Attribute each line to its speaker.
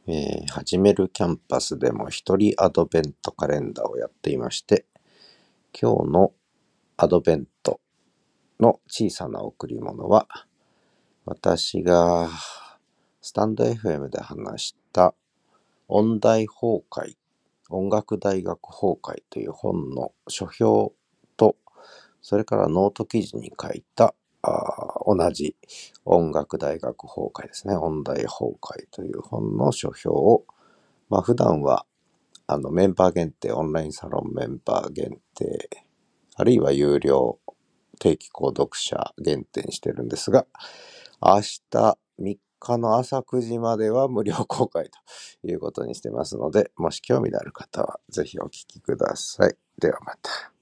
Speaker 1: 始めるキャンパスでも一人アドベントカレンダーをやっていまして、今日のアドベントの小さな贈り物は、私がスタンド FM で話した音大崩壊、音楽大学崩壊という本の書評と、それからノート記事に書いた同じ音楽大学崩壊ですね、音大崩壊という本の書評を、普段はメンバー限定、オンラインサロンメンバー限定、あるいは有料定期購読者限定にしてるんですが、明日3日の朝9時までは無料公開ということにしてますので、もし興味のある方はぜひお聞きください。ではまた。